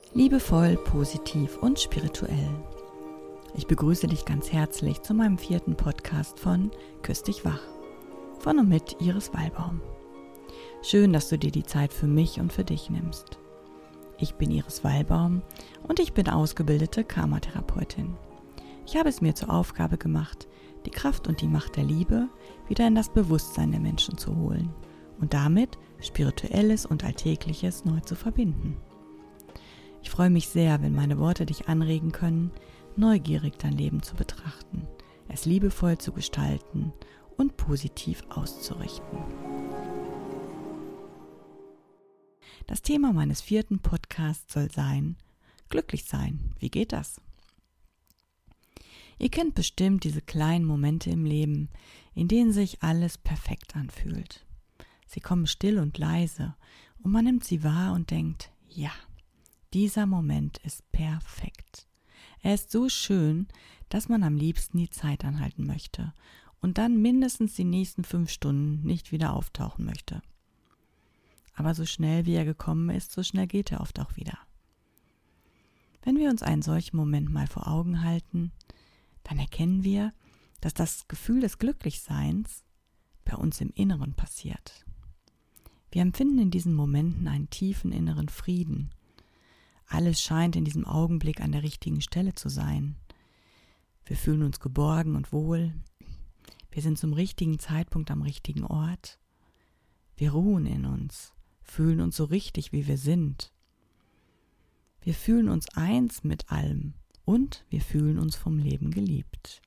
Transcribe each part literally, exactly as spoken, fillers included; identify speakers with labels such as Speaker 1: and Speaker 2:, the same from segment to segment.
Speaker 1: Liebevoll, positiv und spirituell. Ich begrüße dich ganz herzlich zu meinem vierten Podcast von Küss dich wach. Von und mit Iris Wallbaum. Schön, dass du dir die Zeit für mich und für dich nimmst. Ich bin Iris Wallbaum und ich bin ausgebildete Karma-Therapeutin. Ich habe es mir zur Aufgabe gemacht, die Kraft und die Macht der Liebe wieder in das Bewusstsein der Menschen zu holen und damit Spirituelles und Alltägliches neu zu verbinden. Ich freue mich sehr, wenn meine Worte dich anregen können, neugierig dein Leben zu betrachten, es liebevoll zu gestalten und positiv auszurichten. Das Thema meines vierten Podcasts soll sein: Glücklich sein. Wie geht das? Ihr kennt bestimmt diese kleinen Momente im Leben, in denen sich alles perfekt anfühlt. Sie kommen still und leise und man nimmt sie wahr und denkt, ja, dieser Moment ist perfekt. Er ist so schön, dass man am liebsten die Zeit anhalten möchte und dann mindestens die nächsten fünf Stunden nicht wieder auftauchen möchte. Aber so schnell wie er gekommen ist, so schnell geht er oft auch wieder. Wenn wir uns einen solchen Moment mal vor Augen halten, dann erkennen wir, dass das Gefühl des Glücklichseins bei uns im Inneren passiert. Wir empfinden in diesen Momenten einen tiefen inneren Frieden. Alles scheint in diesem Augenblick an der richtigen Stelle zu sein. Wir fühlen uns geborgen und wohl. Wir sind zum richtigen Zeitpunkt am richtigen Ort. Wir ruhen in uns, fühlen uns so richtig, wie wir sind. Wir fühlen uns eins mit allem und wir fühlen uns vom Leben geliebt.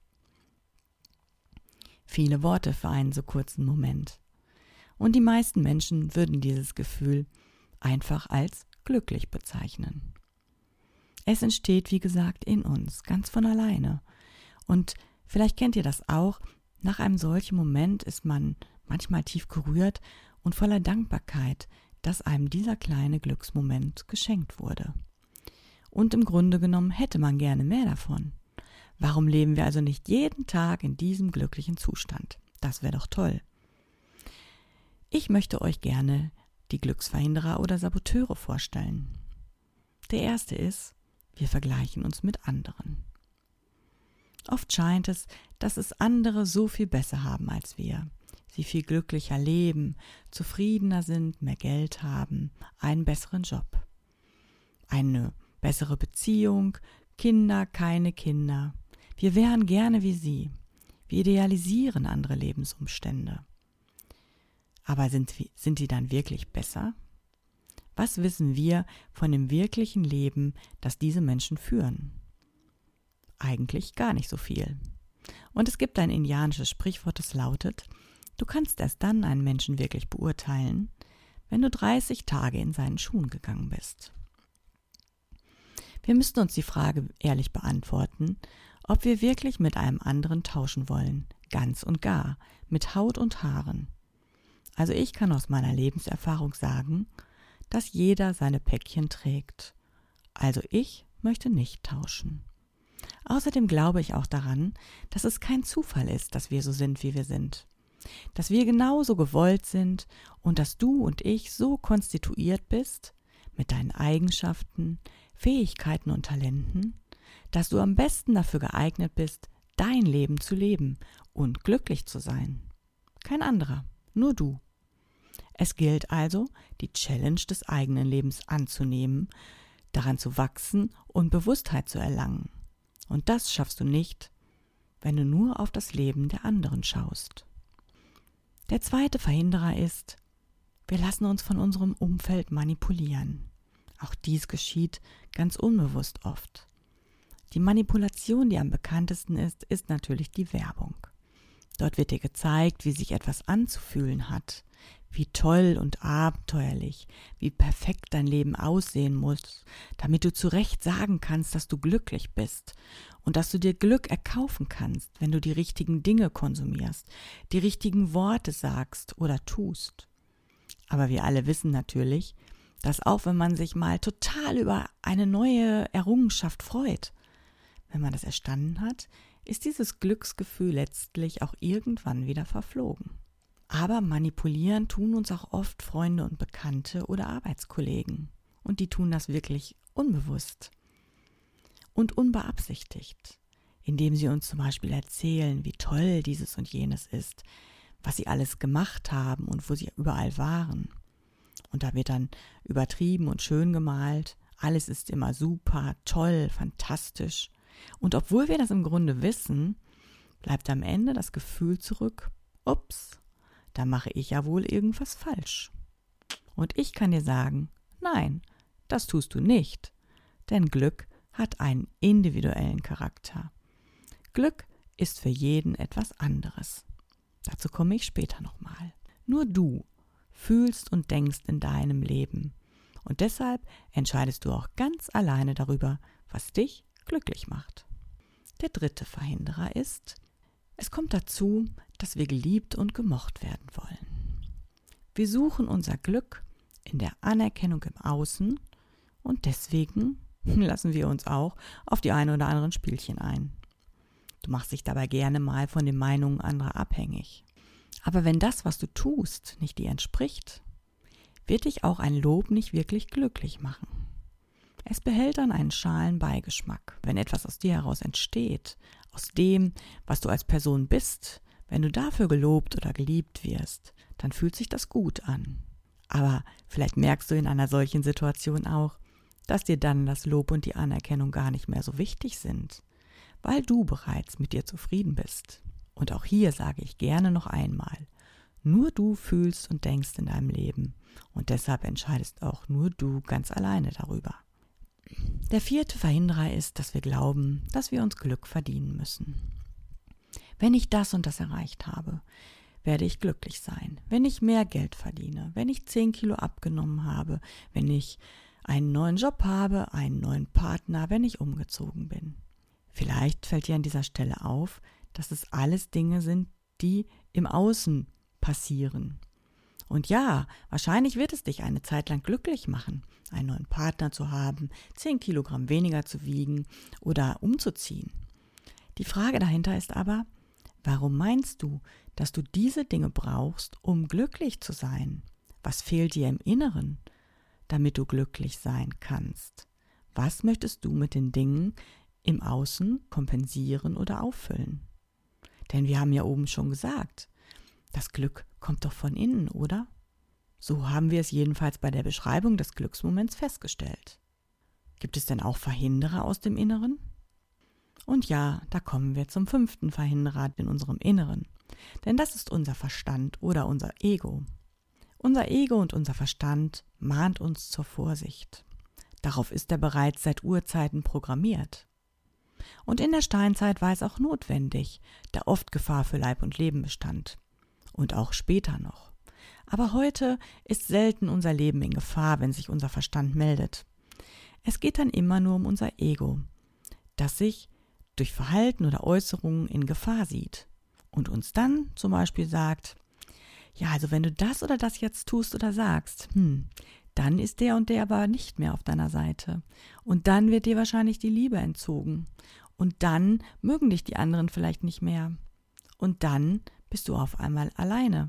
Speaker 1: Viele Worte für einen so kurzen Moment. Und die meisten Menschen würden dieses Gefühl einfach als glücklich bezeichnen. Es entsteht, wie gesagt, in uns, ganz von alleine. Und vielleicht kennt ihr das auch, nach einem solchen Moment ist man manchmal tief gerührt und voller Dankbarkeit, dass einem dieser kleine Glücksmoment geschenkt wurde. Und im Grunde genommen hätte man gerne mehr davon. Warum leben wir also nicht jeden Tag in diesem glücklichen Zustand? Das wäre doch toll. Ich möchte euch gerne die Glücksverhinderer oder Saboteure vorstellen. Der erste ist, wir vergleichen uns mit anderen. Oft scheint es, dass es andere so viel besser haben als wir. Sie viel glücklicher leben, zufriedener sind, mehr Geld haben, einen besseren Job, eine bessere Beziehung, Kinder, keine Kinder. Wir wären gerne wie sie. Wir idealisieren andere Lebensumstände. Aber sind, sind die dann wirklich besser? Was wissen wir von dem wirklichen Leben, das diese Menschen führen? Eigentlich gar nicht so viel. Und es gibt ein indianisches Sprichwort, das lautet: Du kannst erst dann einen Menschen wirklich beurteilen, wenn du dreißig Tage in seinen Schuhen gegangen bist. Wir müssten uns die Frage ehrlich beantworten, ob wir wirklich mit einem anderen tauschen wollen, ganz und gar, mit Haut und Haaren. Also ich kann aus meiner Lebenserfahrung sagen, dass jeder seine Päckchen trägt. Also ich möchte nicht tauschen. Außerdem glaube ich auch daran, dass es kein Zufall ist, dass wir so sind, wie wir sind. Dass wir genauso gewollt sind und dass du und ich so konstituiert bist, mit deinen Eigenschaften, Fähigkeiten und Talenten, dass du am besten dafür geeignet bist, dein Leben zu leben und glücklich zu sein. Kein anderer, nur du. Es gilt also, die Challenge des eigenen Lebens anzunehmen, daran zu wachsen und Bewusstheit zu erlangen. Und das schaffst du nicht, wenn du nur auf das Leben der anderen schaust. Der zweite Verhinderer ist, wir lassen uns von unserem Umfeld manipulieren. Auch dies geschieht ganz unbewusst oft. Die Manipulation, die am bekanntesten ist, ist natürlich die Werbung. Dort wird dir gezeigt, wie sich etwas anzufühlen hat, wie toll und abenteuerlich, wie perfekt dein Leben aussehen muss, damit du zu Recht sagen kannst, dass du glücklich bist und dass du dir Glück erkaufen kannst, wenn du die richtigen Dinge konsumierst, die richtigen Worte sagst oder tust. Aber wir alle wissen natürlich, dass auch wenn man sich mal total über eine neue Errungenschaft freut, wenn man das erstanden hat, ist dieses Glücksgefühl letztlich auch irgendwann wieder verflogen. Aber manipulieren tun uns auch oft Freunde und Bekannte oder Arbeitskollegen. Und die tun das wirklich unbewusst und unbeabsichtigt, indem sie uns zum Beispiel erzählen, wie toll dieses und jenes ist, was sie alles gemacht haben und wo sie überall waren. Und da wird dann übertrieben und schön gemalt, alles ist immer super, toll, fantastisch. Und obwohl wir das im Grunde wissen, bleibt am Ende das Gefühl zurück, ups, da mache ich ja wohl irgendwas falsch. Und ich kann dir sagen, nein, das tust du nicht, denn Glück hat einen individuellen Charakter. Glück ist für jeden etwas anderes. Dazu komme ich später nochmal. Nur du fühlst und denkst in deinem Leben und deshalb entscheidest du auch ganz alleine darüber, was dich glücklich macht. Der dritte Verhinderer ist, es kommt dazu, dass wir geliebt und gemocht werden wollen. Wir suchen unser Glück in der Anerkennung im Außen und deswegen lassen wir uns auch auf die ein oder anderen Spielchen ein. Du machst dich dabei gerne mal von den Meinungen anderer abhängig. Aber wenn das, was du tust, nicht dir entspricht, wird dich auch ein Lob nicht wirklich glücklich machen. Es behält dann einen schalen Beigeschmack. Wenn etwas aus dir heraus entsteht, aus dem, was du als Person bist, wenn du dafür gelobt oder geliebt wirst, dann fühlt sich das gut an. Aber vielleicht merkst du in einer solchen Situation auch, dass dir dann das Lob und die Anerkennung gar nicht mehr so wichtig sind, weil du bereits mit dir zufrieden bist. Und auch hier sage ich gerne noch einmal, nur du fühlst und denkst in deinem Leben und deshalb entscheidest auch nur du ganz alleine darüber. Der vierte Verhinderer ist, dass wir glauben, dass wir uns Glück verdienen müssen. Wenn ich das und das erreicht habe, werde ich glücklich sein. Wenn ich mehr Geld verdiene, wenn ich zehn Kilo abgenommen habe, wenn ich einen neuen Job habe, einen neuen Partner, wenn ich umgezogen bin. Vielleicht fällt dir an dieser Stelle auf, dass es alles Dinge sind, die im Außen passieren. Und ja, wahrscheinlich wird es dich eine Zeit lang glücklich machen, einen neuen Partner zu haben, zehn Kilogramm weniger zu wiegen oder umzuziehen. Die Frage dahinter ist aber, warum meinst du, dass du diese Dinge brauchst, um glücklich zu sein? Was fehlt dir im Inneren, damit du glücklich sein kannst? Was möchtest du mit den Dingen im Außen kompensieren oder auffüllen? Denn wir haben ja oben schon gesagt, das Glück kommt doch von innen, oder? So haben wir es jedenfalls bei der Beschreibung des Glücksmoments festgestellt. Gibt es denn auch Verhinderer aus dem Inneren? Und ja, da kommen wir zum fünften Verhinderer in unserem Inneren. Denn das ist unser Verstand oder unser Ego. Unser Ego und unser Verstand mahnt uns zur Vorsicht. Darauf ist er bereits seit Urzeiten programmiert. Und in der Steinzeit war es auch notwendig, da oft Gefahr für Leib und Leben bestand. Und auch später noch. Aber heute ist selten unser Leben in Gefahr, wenn sich unser Verstand meldet. Es geht dann immer nur um unser Ego, das sich durch Verhalten oder Äußerungen in Gefahr sieht und uns dann zum Beispiel sagt, ja, also wenn du das oder das jetzt tust oder sagst, hm, dann ist der und der aber nicht mehr auf deiner Seite. Und dann wird dir wahrscheinlich die Liebe entzogen. Und dann mögen dich die anderen vielleicht nicht mehr. Und dann bist du auf einmal alleine.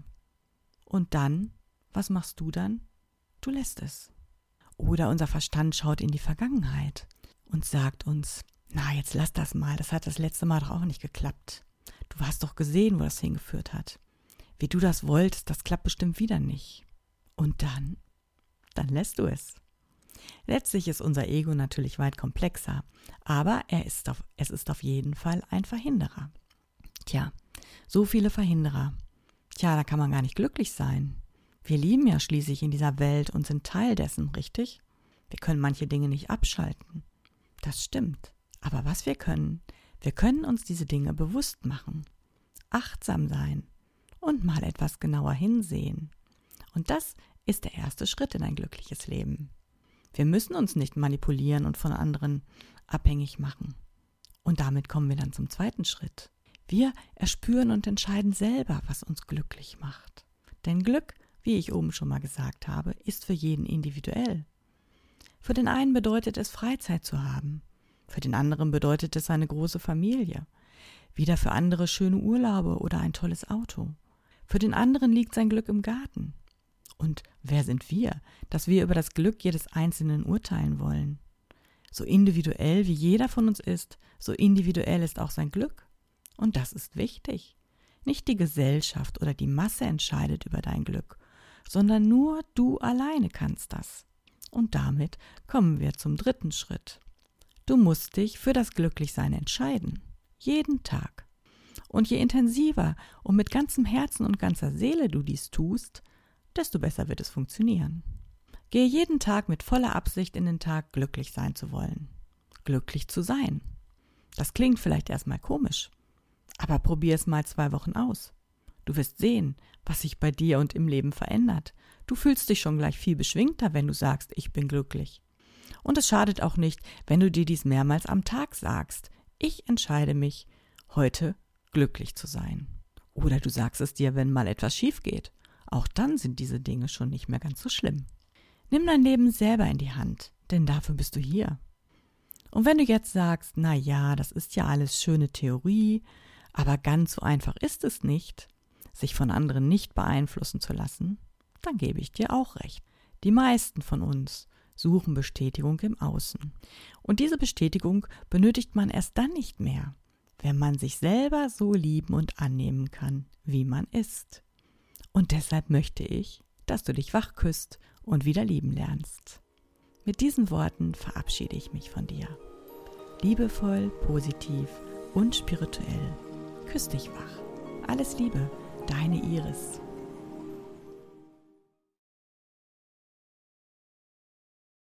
Speaker 1: Und dann, was machst du dann? Du lässt es. Oder unser Verstand schaut in die Vergangenheit und sagt uns, na, jetzt lass das mal, das hat das letzte Mal doch auch nicht geklappt. Du hast doch gesehen, wo das hingeführt hat. Wie du das wolltest, das klappt bestimmt wieder nicht. Und dann? Dann lässt du es. Letztlich ist unser Ego natürlich weit komplexer, aber er ist auf, es ist auf jeden Fall ein Verhinderer. Tja, so viele Verhinderer. Tja, da kann man gar nicht glücklich sein. Wir lieben ja schließlich in dieser Welt und sind Teil dessen, richtig? Wir können manche Dinge nicht abschalten. Das stimmt. Aber was wir können, wir können uns diese Dinge bewusst machen, achtsam sein und mal etwas genauer hinsehen. Und das ist der erste Schritt in ein glückliches Leben. Wir müssen uns nicht manipulieren und von anderen abhängig machen. Und damit kommen wir dann zum zweiten Schritt. Wir erspüren und entscheiden selber, was uns glücklich macht. Denn Glück, wie ich oben schon mal gesagt habe, ist für jeden individuell. Für den einen bedeutet es, Freizeit zu haben. Für den anderen bedeutet es eine große Familie. Wieder für andere schöne Urlaube oder ein tolles Auto. Für den anderen liegt sein Glück im Garten. Und wer sind wir, dass wir über das Glück jedes Einzelnen urteilen wollen? So individuell wie jeder von uns ist, so individuell ist auch sein Glück. Und das ist wichtig. Nicht die Gesellschaft oder die Masse entscheidet über dein Glück, sondern nur du alleine kannst das. Und damit kommen wir zum dritten Schritt. Du musst dich für das Glücklichsein entscheiden. Jeden Tag. Und je intensiver und mit ganzem Herzen und ganzer Seele du dies tust, desto besser wird es funktionieren. Gehe jeden Tag mit voller Absicht in den Tag, glücklich sein zu wollen. Glücklich zu sein. Das klingt vielleicht erstmal komisch, aber probier es mal zwei Wochen aus. Du wirst sehen, was sich bei dir und im Leben verändert. Du fühlst dich schon gleich viel beschwingter, wenn du sagst, ich bin glücklich. Und es schadet auch nicht, wenn du dir dies mehrmals am Tag sagst. Ich entscheide mich, heute glücklich zu sein. Oder du sagst es dir, wenn mal etwas schief geht. Auch dann sind diese Dinge schon nicht mehr ganz so schlimm. Nimm dein Leben selber in die Hand, denn dafür bist du hier. Und wenn du jetzt sagst, na ja, das ist ja alles schöne Theorie, aber ganz so einfach ist es nicht, sich von anderen nicht beeinflussen zu lassen, dann gebe ich dir auch recht. Die meisten von uns suchen Bestätigung im Außen. Und diese Bestätigung benötigt man erst dann nicht mehr, wenn man sich selber so lieben und annehmen kann, wie man ist. Und deshalb möchte ich, dass du dich wach küsst und wieder lieben lernst. Mit diesen Worten verabschiede ich mich von dir. Liebevoll, positiv und spirituell. Küss dich wach. Alles Liebe, deine Iris.